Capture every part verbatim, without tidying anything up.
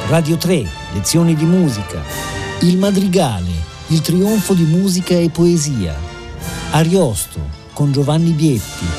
Radio tre, lezioni di musica. Il Madrigale, il trionfo di musica e poesia. Ariosto, con Giovanni Bietti.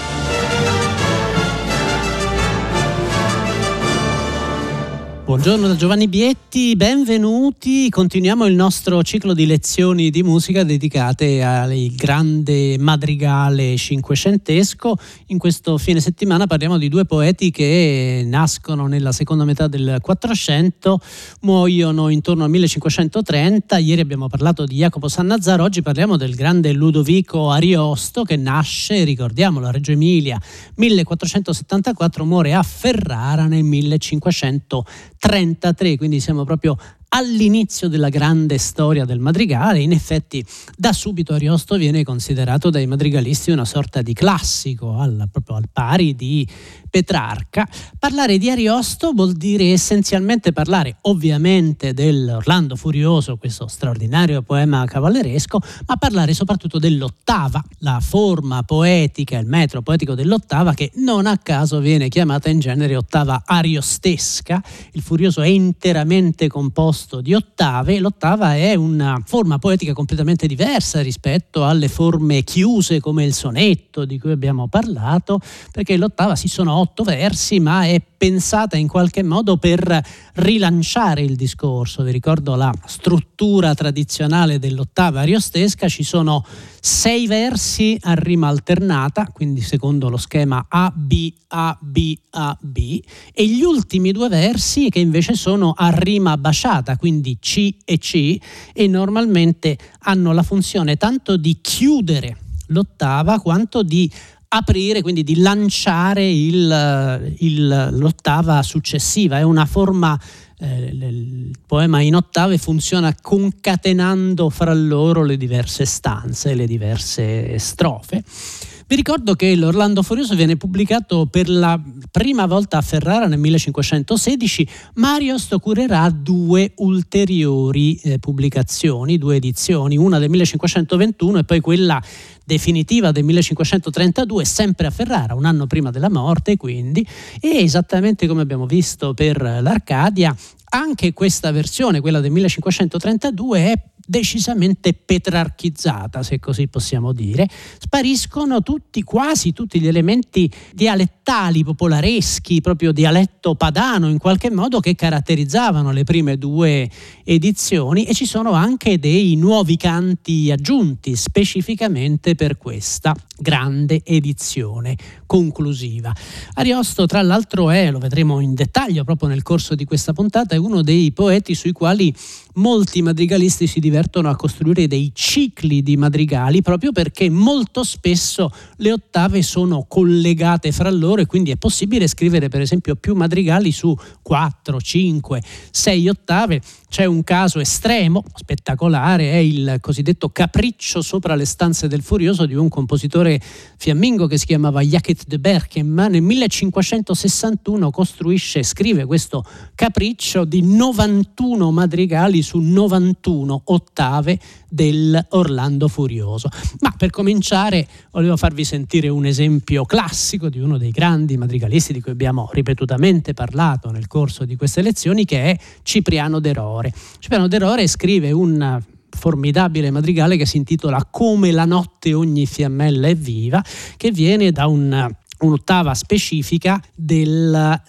Buongiorno da Giovanni Bietti, benvenuti. Continuiamo il nostro ciclo di lezioni di musica dedicate al grande madrigale cinquecentesco. In questo fine settimana parliamo di due poeti che nascono nella seconda metà del Quattrocento, muoiono intorno al millecinquecentotrenta. Ieri abbiamo parlato di Jacopo Sannazzaro, oggi parliamo del grande Ludovico Ariosto che nasce, ricordiamolo, a Reggio Emilia millequattrocentosettantaquattro, muore a Ferrara nel millecinquecentotrentatré, quindi siamo proprio all'inizio della grande storia del madrigale. In effetti da subito Ariosto viene considerato dai madrigalisti una sorta di classico, al, proprio al pari di Petrarca. Parlare di Ariosto vuol dire essenzialmente parlare ovviamente dell'Orlando Furioso, questo straordinario poema cavalleresco, ma parlare soprattutto dell'ottava, la forma poetica, il metro poetico dell'ottava, che non a caso viene chiamata in genere ottava ariostesca. Il Furioso è interamente composto di ottave. L'ottava è una forma poetica completamente diversa rispetto alle forme chiuse come il sonetto di cui abbiamo parlato, perché l'ottava sì sono otto versi, ma è pensata in qualche modo per rilanciare il discorso. Vi ricordo la struttura tradizionale dell'ottava ariostesca: ci sono sei versi a rima alternata, quindi secondo lo schema A B A B A B, e gli ultimi due versi che invece sono a rima baciata, quindi C e C, e normalmente hanno la funzione tanto di chiudere l'ottava quanto di aprire, quindi di lanciare il, il, l'ottava successiva. È una forma, eh, il poema in ottave funziona concatenando fra loro le diverse stanze, le diverse strofe. Vi ricordo che l'Orlando Furioso viene pubblicato per la prima volta a Ferrara nel millecinquecentosedici, ma Ariosto curerà due ulteriori eh, pubblicazioni, due edizioni, una del millecinquecentoventuno e poi quella definitiva del millecinquecentotrentadue, sempre a Ferrara, un anno prima della morte quindi. E esattamente come abbiamo visto per l'Arcadia, anche questa versione, quella del millecinquecentotrentadue, è decisamente petrarchizzata, se così possiamo dire. Spariscono tutti, quasi tutti gli elementi dialettali, popolareschi, proprio dialetto padano in qualche modo, che caratterizzavano le prime due edizioni, e ci sono anche dei nuovi canti aggiunti specificamente per questa grande edizione conclusiva. Ariosto, tra l'altro, è, lo vedremo in dettaglio proprio nel corso di questa puntata, è uno dei poeti sui quali molti madrigalisti si divertono a costruire dei cicli di madrigali, proprio perché molto spesso le ottave sono collegate fra loro e quindi è possibile scrivere per esempio più madrigali su quattro, cinque, sei ottave. C'è un caso estremo, spettacolare, è il cosiddetto Capriccio sopra le stanze del Furioso di un compositore fiammingo che si chiamava Jacques de Berchem. Nel millecinquecentosessantuno costruisce, scrive questo capriccio di novantuno madrigali su novantuno ottave dell'Orlando Furioso. Ma per cominciare volevo farvi sentire un esempio classico di uno dei grandi madrigalisti di cui abbiamo ripetutamente parlato nel corso di queste lezioni, che è Cipriano de Rore. Cipriano de Rore scrive un formidabile madrigale che si intitola Come la notte ogni fiammella è viva, che viene da un un'ottava specifica del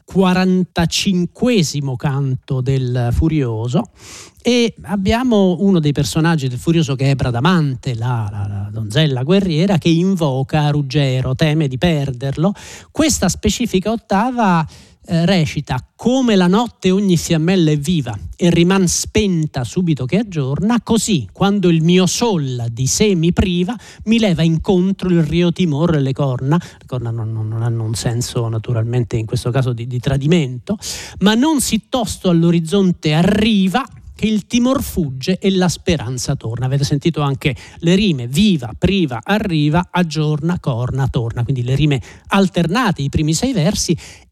quarantacinquesimo canto del Furioso, e abbiamo uno dei personaggi del Furioso che è Bradamante, la, la, la donzella guerriera che invoca Ruggero, teme di perderlo. Questa specifica ottava eh, recita: come la notte ogni fiammella è viva e riman spenta subito che aggiorna, così quando il mio sol di sé mi priva, mi leva incontro il rio timor e le corna. Le corna non, non, non hanno un senso naturalmente in questo caso di, di tradimento, ma non si tosto all'orizzonte arriva, che il timor fugge e la speranza torna. Avete sentito anche le rime: viva, priva, arriva, aggiorna, corna, torna, quindi le rime alternate, i primi sei versi.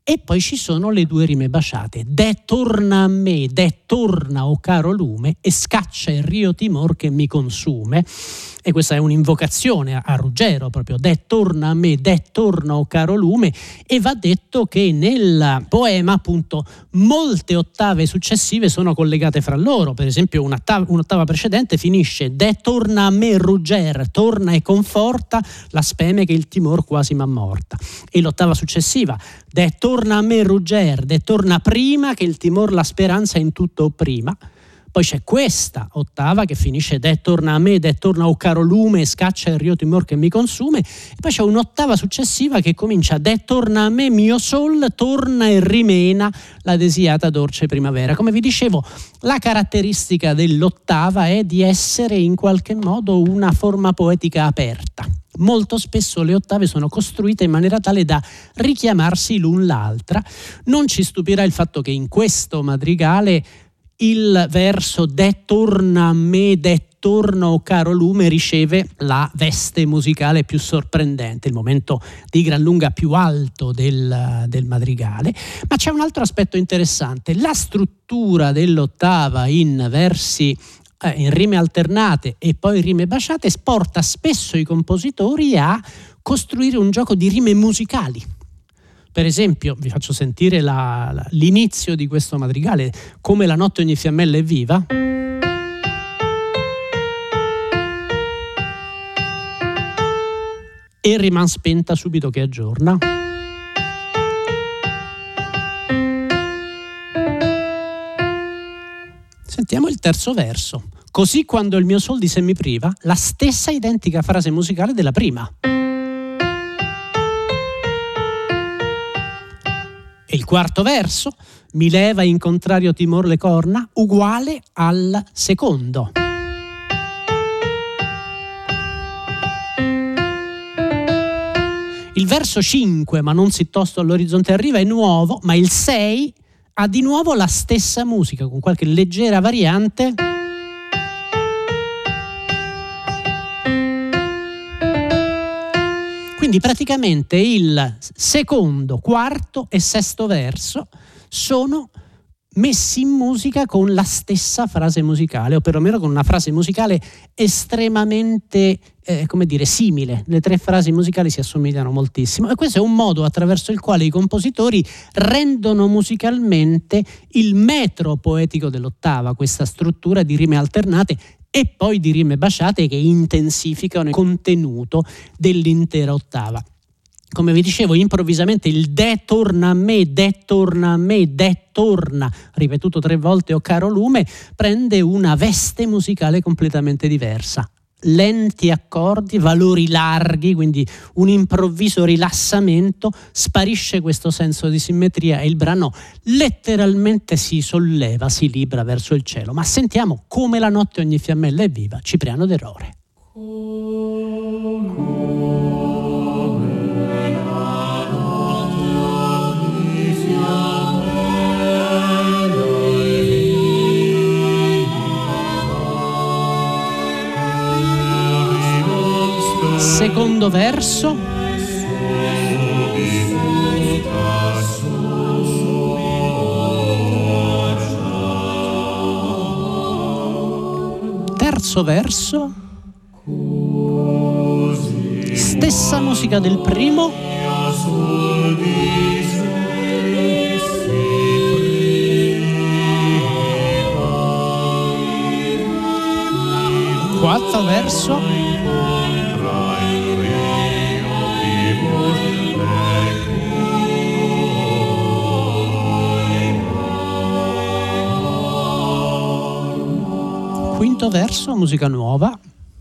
E poi ci sono le due rime basciate: de torna a me, de torna o caro lume, e scaccia il rio timor che mi consume. E questa è un'invocazione a Ruggero, proprio de torna a me, de torna o caro lume. E va detto che nel poema appunto molte ottave successive sono collegate fra loro. Per esempio un'ottava, un'ottava precedente finisce de torna a me Rugger, torna e conforta la speme che il timor quasi m'ha morta. E l'ottava successiva de torna a me Rugger, de torna prima che il timor la speranza in tutto opprima. Poi c'è questa ottava che finisce de torna a me, de torna o caro lume, scaccia il rio timor che mi consume. E poi c'è un'ottava successiva che comincia de torna a me mio sol, torna e rimena la desiata dolce primavera. Come vi dicevo, la caratteristica dell'ottava è di essere in qualche modo una forma poetica aperta. Molto spesso le ottave sono costruite in maniera tale da richiamarsi l'un l'altra. Non ci stupirà il fatto che in questo madrigale il verso de torna a me, de torna o caro lume riceve la veste musicale più sorprendente, il momento di gran lunga più alto del, del madrigale. Ma c'è un altro aspetto interessante: la struttura dell'ottava in versi eh, in rime alternate e poi rime basciate porta spesso i compositori a costruire un gioco di rime musicali. Per esempio, vi faccio sentire la, la, l'inizio di questo madrigale: come la notte ogni fiammella è viva. E riman spenta subito che aggiorna. Sentiamo il terzo verso. Così quando il mio sol di sé mi priva, la stessa identica frase musicale della prima. E il quarto verso, mi leva in contrario timor le corna, uguale al secondo. Il verso cinque, ma non si tosto all'orizzonte arriva, è nuovo, ma il sei ha di nuovo la stessa musica, con qualche leggera variante. Quindi praticamente il secondo, quarto e sesto verso sono messi in musica con la stessa frase musicale, o perlomeno con una frase musicale estremamente, eh, come dire, simile. Le tre frasi musicali si assomigliano moltissimo, e questo è un modo attraverso il quale i compositori rendono musicalmente il metro poetico dell'ottava, questa struttura di rime alternate e poi di rime basciate che intensificano il contenuto dell'intera ottava. Come vi dicevo, improvvisamente il de torna a me, de torna a me, de torna, ripetuto tre volte o caro lume, prende una veste musicale completamente diversa. Lenti accordi, valori larghi, quindi un improvviso rilassamento, sparisce questo senso di simmetria e il brano letteralmente si solleva, si libra verso il cielo. Ma sentiamo come la notte ogni fiammella è viva, Cipriano d'Errore. Secondo verso. Terzo verso. Stessa musica del primo. Quarto verso. Quinto verso, musica nuova.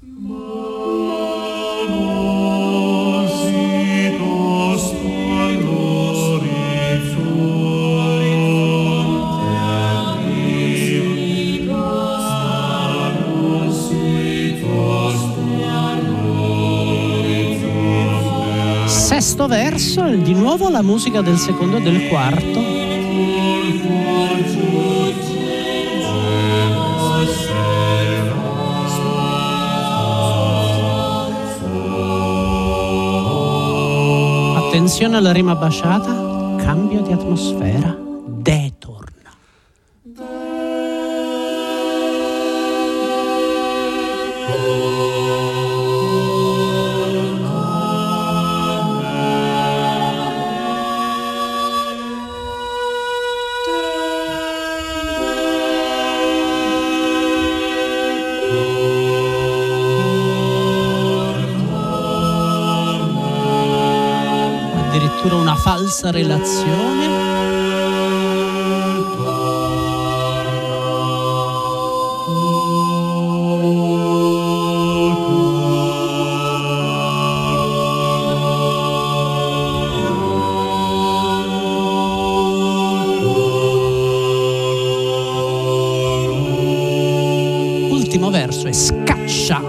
Sesto verso, di nuovo la musica del secondo e del quarto. Attenzione alla rima basciata. cambio di atmosfera, detorna. Addirittura una falsa relazione. Ultimo verso è scaccia.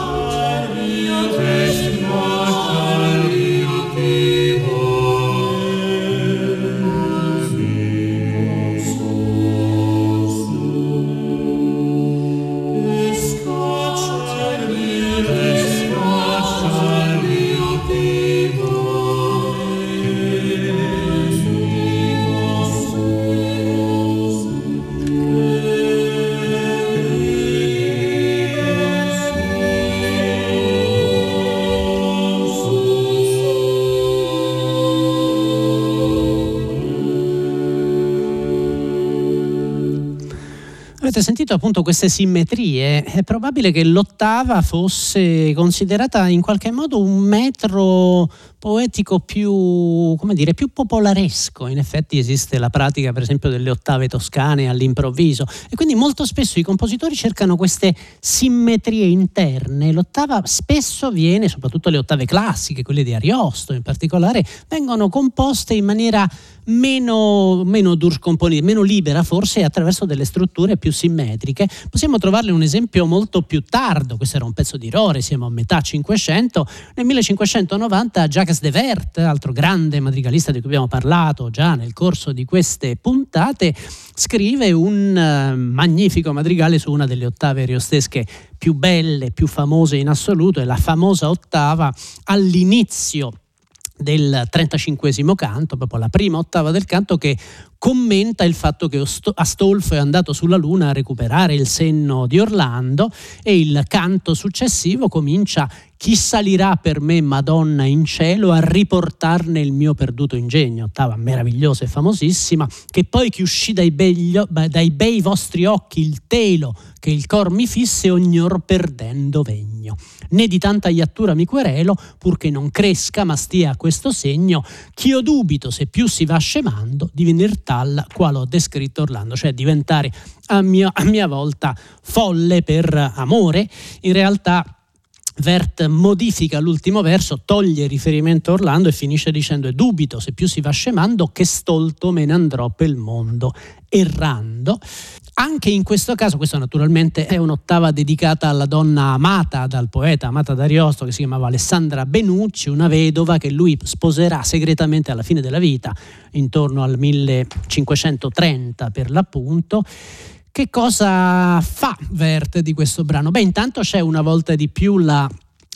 Avete sentito appunto queste simmetrie? È probabile che l'ottava fosse considerata in qualche modo un metro poetico più, come dire, più popolaresco. In effetti esiste la pratica, per esempio, delle ottave toscane all'improvviso, e quindi molto spesso i compositori cercano queste simmetrie interne. L'ottava spesso viene, soprattutto le ottave classiche, quelle di Ariosto in particolare, vengono composte in maniera meno, meno durcomponibile, meno libera forse, attraverso delle strutture più simmetriche. Possiamo trovarle un esempio molto più tardo. Questo era un pezzo di Rore, siamo a metà Cinquecento. Nel millecinquecentonovanta Jacques de Wert, altro grande madrigalista di cui abbiamo parlato già nel corso di queste puntate, scrive un uh, magnifico madrigale su una delle ottave ariostesche più belle, più famose in assoluto. È la famosa ottava all'inizio del trentacinquesimo canto, proprio la prima ottava del canto, che commenta il fatto che Astolfo è andato sulla luna a recuperare il senno di Orlando, e il canto successivo comincia: chi salirà per me, Madonna, in cielo a riportarne il mio perduto ingegno. Ottava meravigliosa e famosissima, che poi chi uscì dai, begli, dai bei vostri occhi il telo che il cor mi fisse, ognor perdendo vegno. Né di tanta iattura mi querelo, purché non cresca ma stia a questo segno, ch'io dubito se più si va scemando di venir tal qual ho descritto Orlando, cioè diventare a mia, a mia volta folle per amore. In realtà Wert modifica l'ultimo verso, toglie il riferimento a Orlando e finisce dicendo: e dubito se più si va scemando che stolto me ne andrò pel mondo errando. Anche in questo caso, questo naturalmente è un'ottava dedicata alla donna amata dal poeta, amata da Ariosto, che si chiamava Alessandra Benucci, una vedova che lui sposerà segretamente alla fine della vita, intorno al millecinquecentotrenta per l'appunto. Che cosa fa Wert di questo brano? Beh, intanto c'è una volta di più la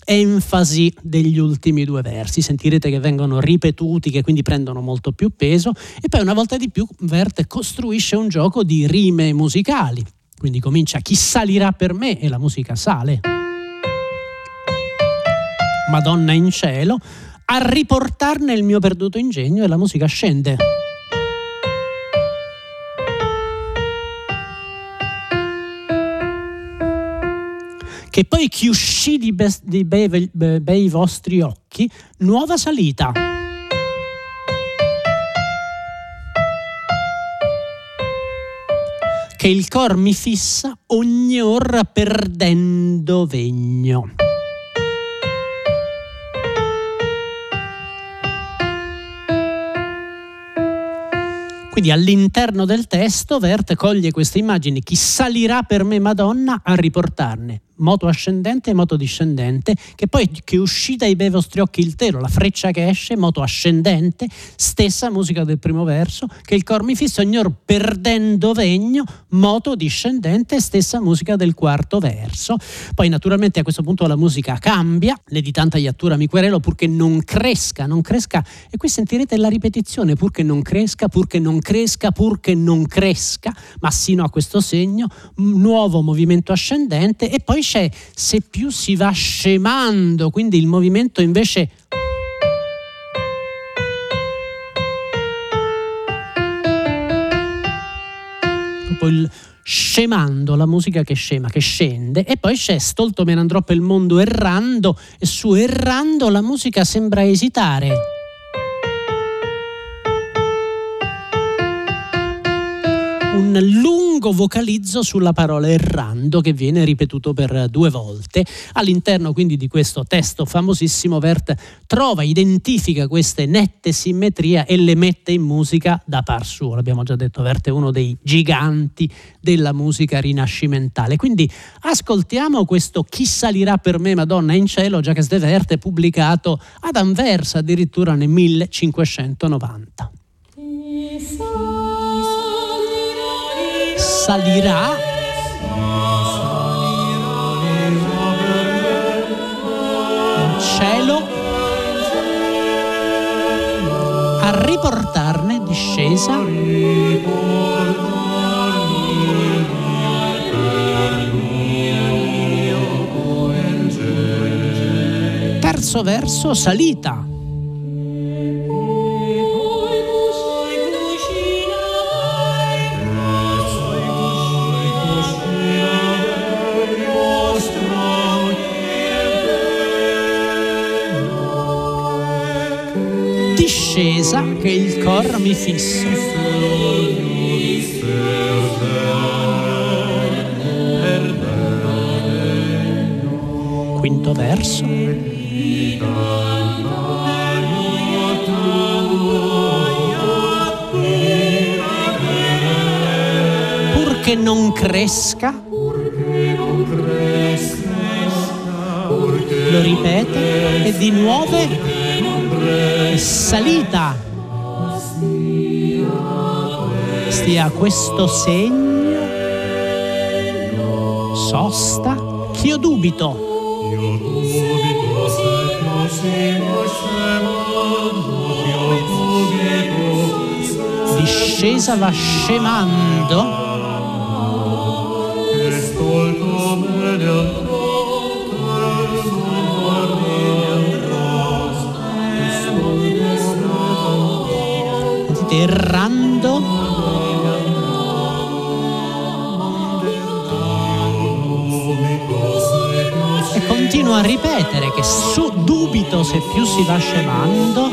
enfasi degli ultimi due versi, sentirete che vengono ripetuti, che quindi prendono molto più peso, e poi una volta di più Wert costruisce un gioco di rime musicali, quindi comincia: chi salirà per me, e la musica sale, Madonna in cielo, a riportarne il mio perduto ingegno, e la musica scende. Che poi chi uscì di, be- di bei, be- bei vostri occhi, nuova salita. Che il cor mi fissa, ogni ora perdendo vegno. Quindi all'interno del testo Wert coglie queste immagini: chi salirà per me, Madonna, a riportarne moto ascendente e moto discendente, che poi che uscita ai bei vostri occhi il telo, la freccia che esce, moto ascendente, stessa musica del primo verso, che il cor mi fisso, ognor perdendo vegno, moto discendente, stessa musica del quarto verso. Poi naturalmente a questo punto la musica cambia, le di tanta iattura mi querelo, purché non cresca, non cresca, e qui sentirete la ripetizione, purché non cresca, purché non cresca, purché non cresca, ma sino a questo segno, nuovo movimento ascendente, e poi c'è se più si va scemando, quindi il movimento invece dopo il scemando, la musica che scema, che scende, e poi c'è stolto me ne andrò per il mondo errando, e su errando la musica sembra esitare. Un lungo vocalizzo sulla parola errando che viene ripetuto per due volte. All'interno quindi di questo testo famosissimo Wert trova, identifica queste nette simmetrie e le mette in musica da par suo. L'abbiamo già detto, Wert è uno dei giganti della musica rinascimentale. Quindi ascoltiamo questo Chi salirà per me Madonna in cielo, Jacques de Wert, pubblicato ad Anversa addirittura nel millecinquecentonovanta. Salirà in cielo a riportarne discesa terzo verso salita. Discesa che il cor mi fisso. Quinto verso. Purché non cresca. Lo ripete e di nuove salita stia questo segno sosta ch'io dubito discesa va scemando errando e continua a ripetere che su dubito se più si va scemando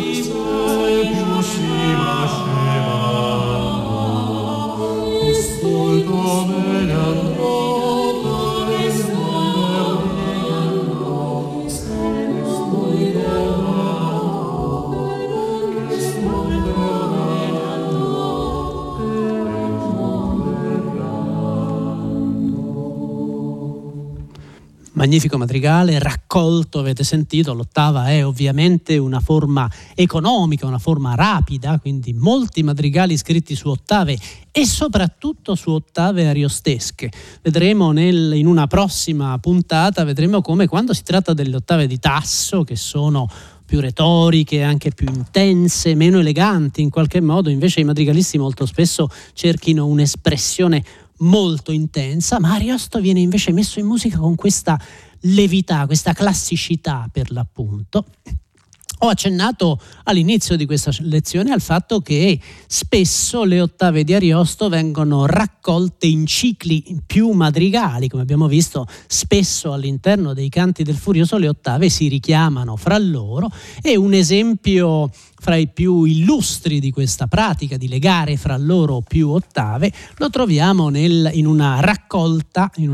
magnifico madrigale, raccolto, avete sentito, l'ottava è ovviamente una forma economica, una forma rapida, quindi molti madrigali scritti su ottave e soprattutto su ottave ariostesche. Vedremo nel, in una prossima puntata, vedremo come quando si tratta delle ottave di Tasso, che sono più retoriche, anche più intense, meno eleganti in qualche modo, invece i madrigalisti molto spesso cerchino un'espressione molto intensa, ma Ariosto viene invece messo in musica con questa levità, questa classicità per l'appunto. Ho accennato all'inizio di questa lezione al fatto che spesso le ottave di Ariosto vengono raccolte in cicli più madrigali, come abbiamo visto spesso all'interno dei canti del Furioso le ottave si richiamano fra loro, e un esempio fra i più illustri di questa pratica di legare fra loro più ottave lo troviamo nel, in una raccolta, in una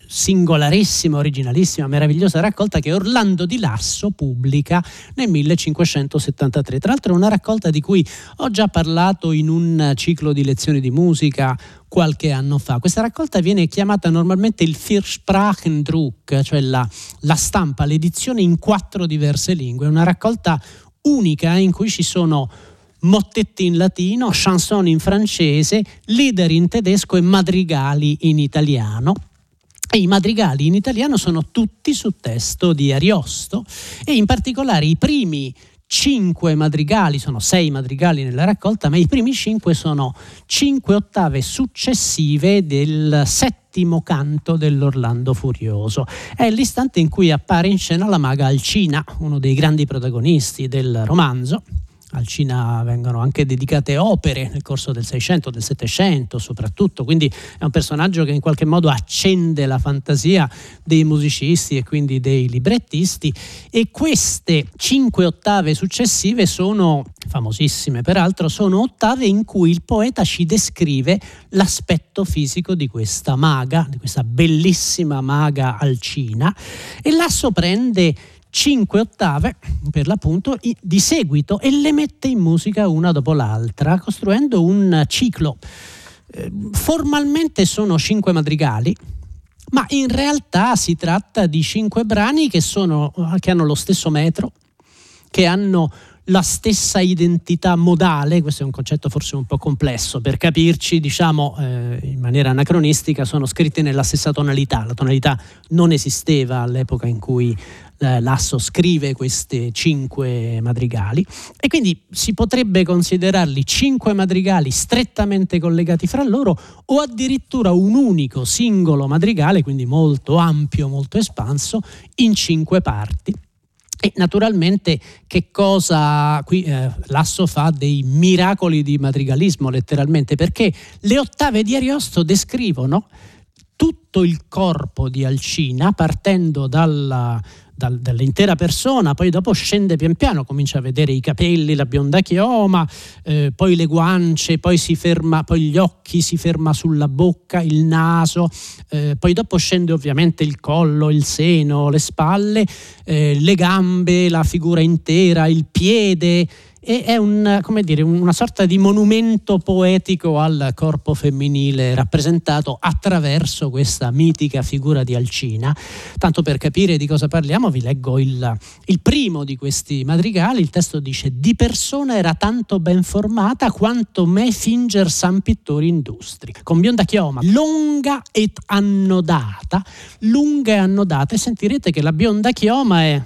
singolarissima, originalissima, meravigliosa raccolta che Orlando Di Lasso pubblica nel millecinquecentosettantatré. Tra l'altro è una raccolta di cui ho già parlato in un ciclo di lezioni di musica qualche anno fa. Questa raccolta viene chiamata normalmente il Viersprachendruck, cioè la, la stampa, l'edizione in quattro diverse lingue. È una raccolta unica in cui ci sono mottetti in latino, chanson in francese, lieder in tedesco e madrigali in italiano. E i madrigali in italiano sono tutti su testo di Ariosto, e in particolare i primi cinque madrigali, sono sei madrigali nella raccolta, ma i primi cinque sono cinque ottave successive del settimo canto dell'Orlando Furioso. È l'istante in cui appare in scena la maga Alcina, uno dei grandi protagonisti del romanzo. Alcina vengono anche dedicate opere nel corso del Seicento, del Settecento soprattutto, quindi è un personaggio che in qualche modo accende la fantasia dei musicisti e quindi dei librettisti, e queste cinque ottave successive sono famosissime, peraltro sono ottave in cui il poeta ci descrive l'aspetto fisico di questa maga, di questa bellissima maga Alcina, e Lasso prende cinque ottave per l'appunto di seguito e le mette in musica una dopo l'altra, costruendo un ciclo. Eh, formalmente sono cinque madrigali, ma in realtà si tratta di cinque brani che sono che hanno lo stesso metro, che hanno la stessa identità modale. Questo è un concetto forse un po' complesso, per capirci, diciamo eh, in maniera anacronistica, sono scritti nella stessa tonalità. La tonalità non esisteva all'epoca in cui eh, Lasso scrive queste cinque madrigali, e quindi si potrebbe considerarli cinque madrigali strettamente collegati fra loro, o addirittura un unico singolo madrigale, quindi molto ampio, molto espanso, in cinque parti. E naturalmente che cosa qui eh, Lasso fa dei miracoli di madrigalismo, letteralmente, perché le ottave di Ariosto descrivono tutto il corpo di Alcina, partendo dalla, dal, dall'intera persona, poi dopo scende pian piano, comincia a vedere i capelli, la bionda chioma, eh, poi le guance, poi si ferma, poi gli occhi, si ferma sulla bocca, il naso, eh, poi dopo scende ovviamente il collo, il seno, le spalle, eh, le gambe, la figura intera, il piede. E è un, come dire, una sorta di monumento poetico al corpo femminile rappresentato attraverso questa mitica figura di Alcina. Tanto per capire di cosa parliamo, vi leggo il, il primo di questi madrigali. Il testo dice: di persona era tanto ben formata quanto me finger san pittori industri, con bionda chioma lunga ed annodata, lunga e annodata, e sentirete che la bionda chioma è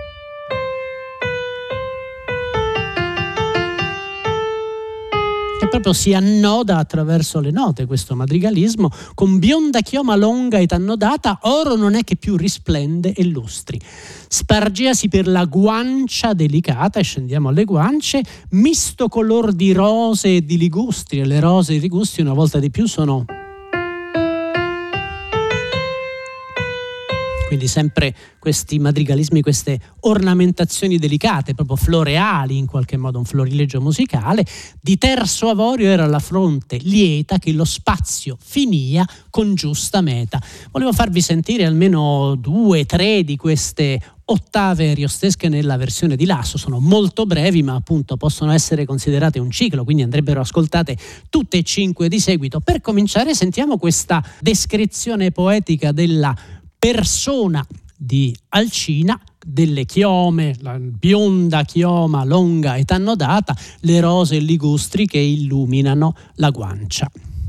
che proprio si annoda attraverso le note, questo madrigalismo. Con bionda chioma longa ed annodata, oro non è che più risplende e lustri. Spargeasi per la guancia delicata, e scendiamo alle guance, misto color di rose e di ligustri, e le rose e i ligustri una volta di più sono... Quindi sempre questi madrigalismi, queste ornamentazioni delicate, proprio floreali in qualche modo, un florilegio musicale. Di terzo avorio era la fronte lieta che lo spazio finia con giusta meta. Volevo farvi sentire almeno due, tre di queste ottave ariostesche nella versione di Lasso. Sono molto brevi, ma appunto possono essere considerate un ciclo, quindi andrebbero ascoltate tutte e cinque di seguito. Per cominciare sentiamo questa descrizione poetica della persona di Alcina, delle chiome, la bionda chioma longa ed annodata, le rose e ligustri che illuminano la guancia.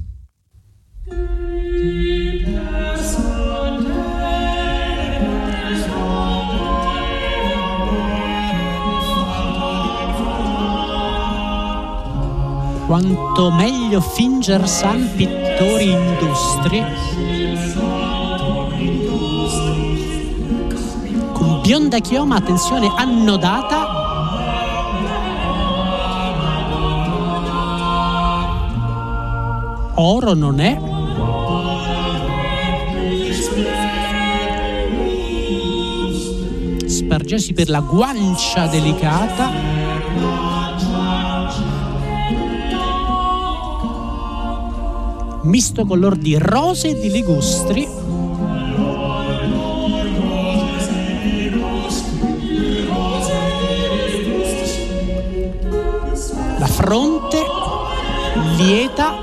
Quanto meglio finger san pittori industri, con bionda chioma, attenzione, annodata, oro non è, spargersi per la guancia delicata, misto color di rose e di ligustri, fronte, lieta.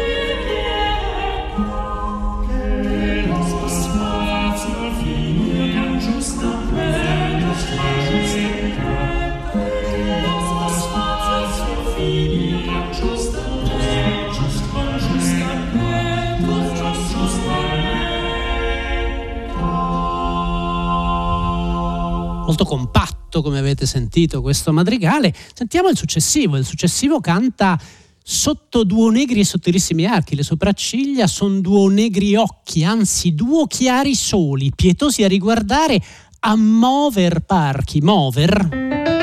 Molto compatto, come avete sentito, questo madrigale. Sentiamo il successivo. Il successivo canta sotto duo negri e sottilissimi archi. Le sopracciglia son duo negri occhi, anzi duo chiari soli, pietosi a riguardare, a mover parchi. Mover,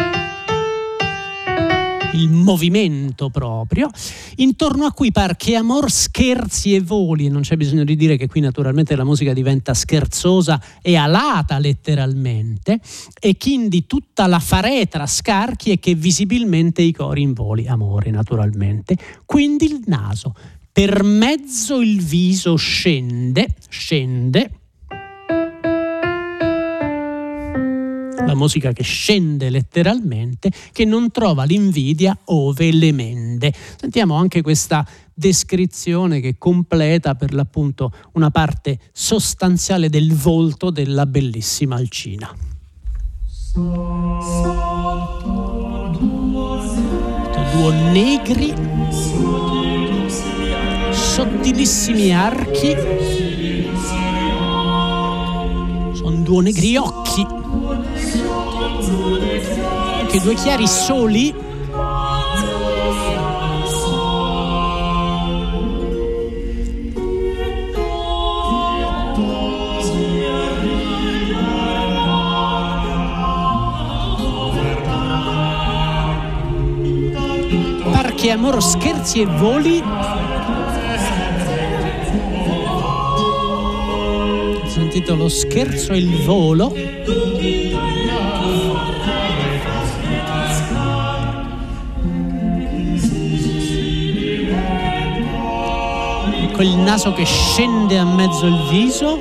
il movimento proprio, intorno a cui par che amor scherzi e voli. Non c'è bisogno di dire che qui naturalmente la musica diventa scherzosa e alata letteralmente, e quindi tutta la faretra scarchi e che visibilmente i cori in voli. Amore naturalmente. Quindi il naso, per mezzo il viso scende, scende, la musica che scende letteralmente, che non trova l'invidia ove le mende. Sentiamo anche questa descrizione che completa per l'appunto una parte sostanziale del volto della bellissima Alcina. Duo negri, sottilissimi archi, sono duo negri occhi, anche due chiari soli, par che amor scherzi e voli. Sentito lo scherzo e il volo. Ecco il naso che scende a mezzo il viso.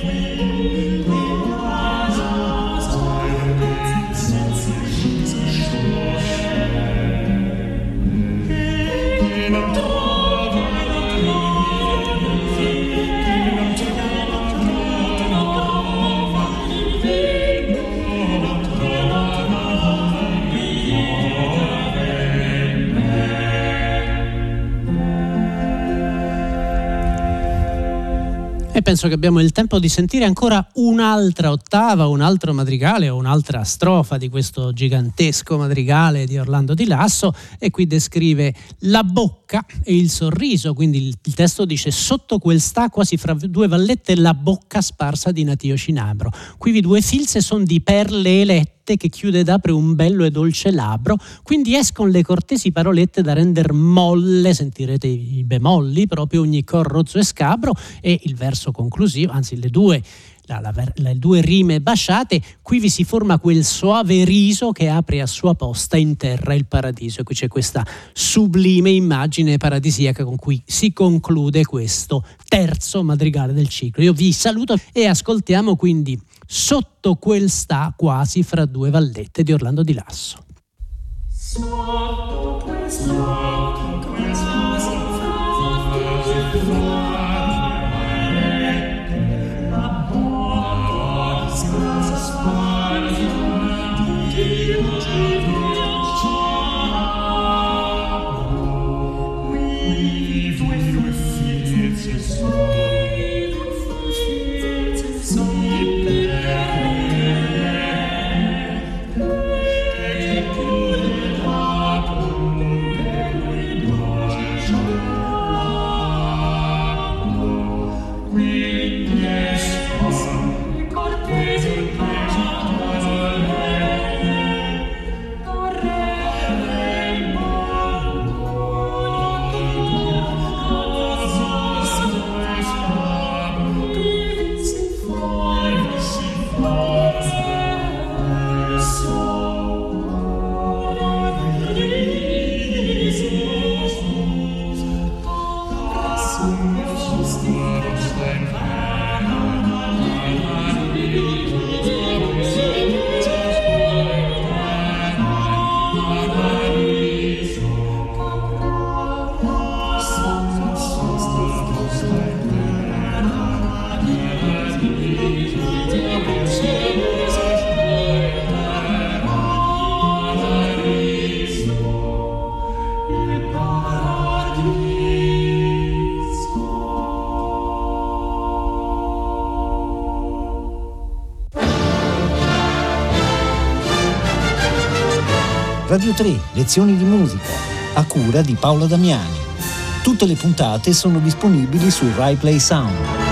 E penso che abbiamo il tempo di sentire ancora un'altra ottava, un altro madrigale o un'altra strofa di questo gigantesco madrigale di Orlando Di Lasso, e qui descrive la bocca e il sorriso. Quindi il, il testo dice: sotto quel sta quasi fra due vallette la bocca sparsa di natio cinabro, quivi due filze son di perle elette che chiude ed apre un bello e dolce labbro, quindi escon le cortesi parolette da render molle, sentirete i bemolli, proprio ogni cor rozzo e scabro. E il verso conclusivo, anzi le due la, la, le due rime baciate, qui vi si forma quel soave riso che apre a sua posta in terra il paradiso. E qui c'è questa sublime immagine paradisiaca con cui si conclude questo terzo madrigale del ciclo. Io vi saluto e ascoltiamo quindi Sotto quel sta quasi fra due vallette di Orlando Di Lasso. Sotto quel sta, quel sta, la bocca sparsa di we due filze sono Radio tre, lezioni di musica, a cura di Paola Damiani. Tutte le puntate sono disponibili su Rai Play Sound.